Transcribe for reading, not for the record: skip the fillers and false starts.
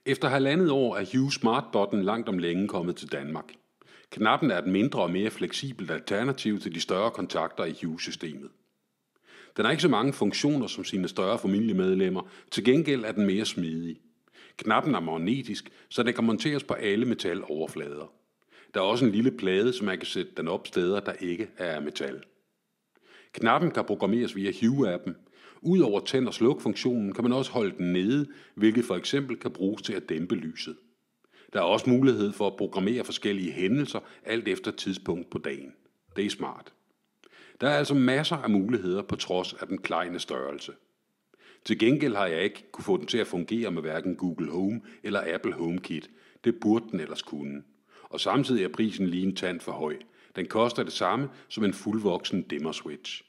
Efter 1,5 år er Hue Smart Button langt om længe kommet til Danmark. Knappen er et mindre og mere fleksibelt alternativ til de større kontakter i Hue-systemet. Den har ikke så mange funktioner som sine større familiemedlemmer, til gengæld er den mere smidig. Knappen er magnetisk, så den kan monteres på alle metaloverflader. Der er også en lille plade, så man kan sætte den op steder, der ikke er af metal. Knappen kan programmeres via Hue-appen. Udover tænd- og sluk-funktionen kan man også holde den nede, hvilket for eksempel kan bruges til at dæmpe lyset. Der er også mulighed for at programmere forskellige hændelser, alt efter tidspunkt på dagen. Det er smart. Der er altså masser af muligheder på trods af den kleine størrelse. Til gengæld har jeg ikke kunne få den til at fungere med hverken Google Home eller Apple HomeKit. Det burde den ellers kunne. Og samtidig er prisen lige en tand for høj. Den koster det samme som en fuldvoksen dimmer switch.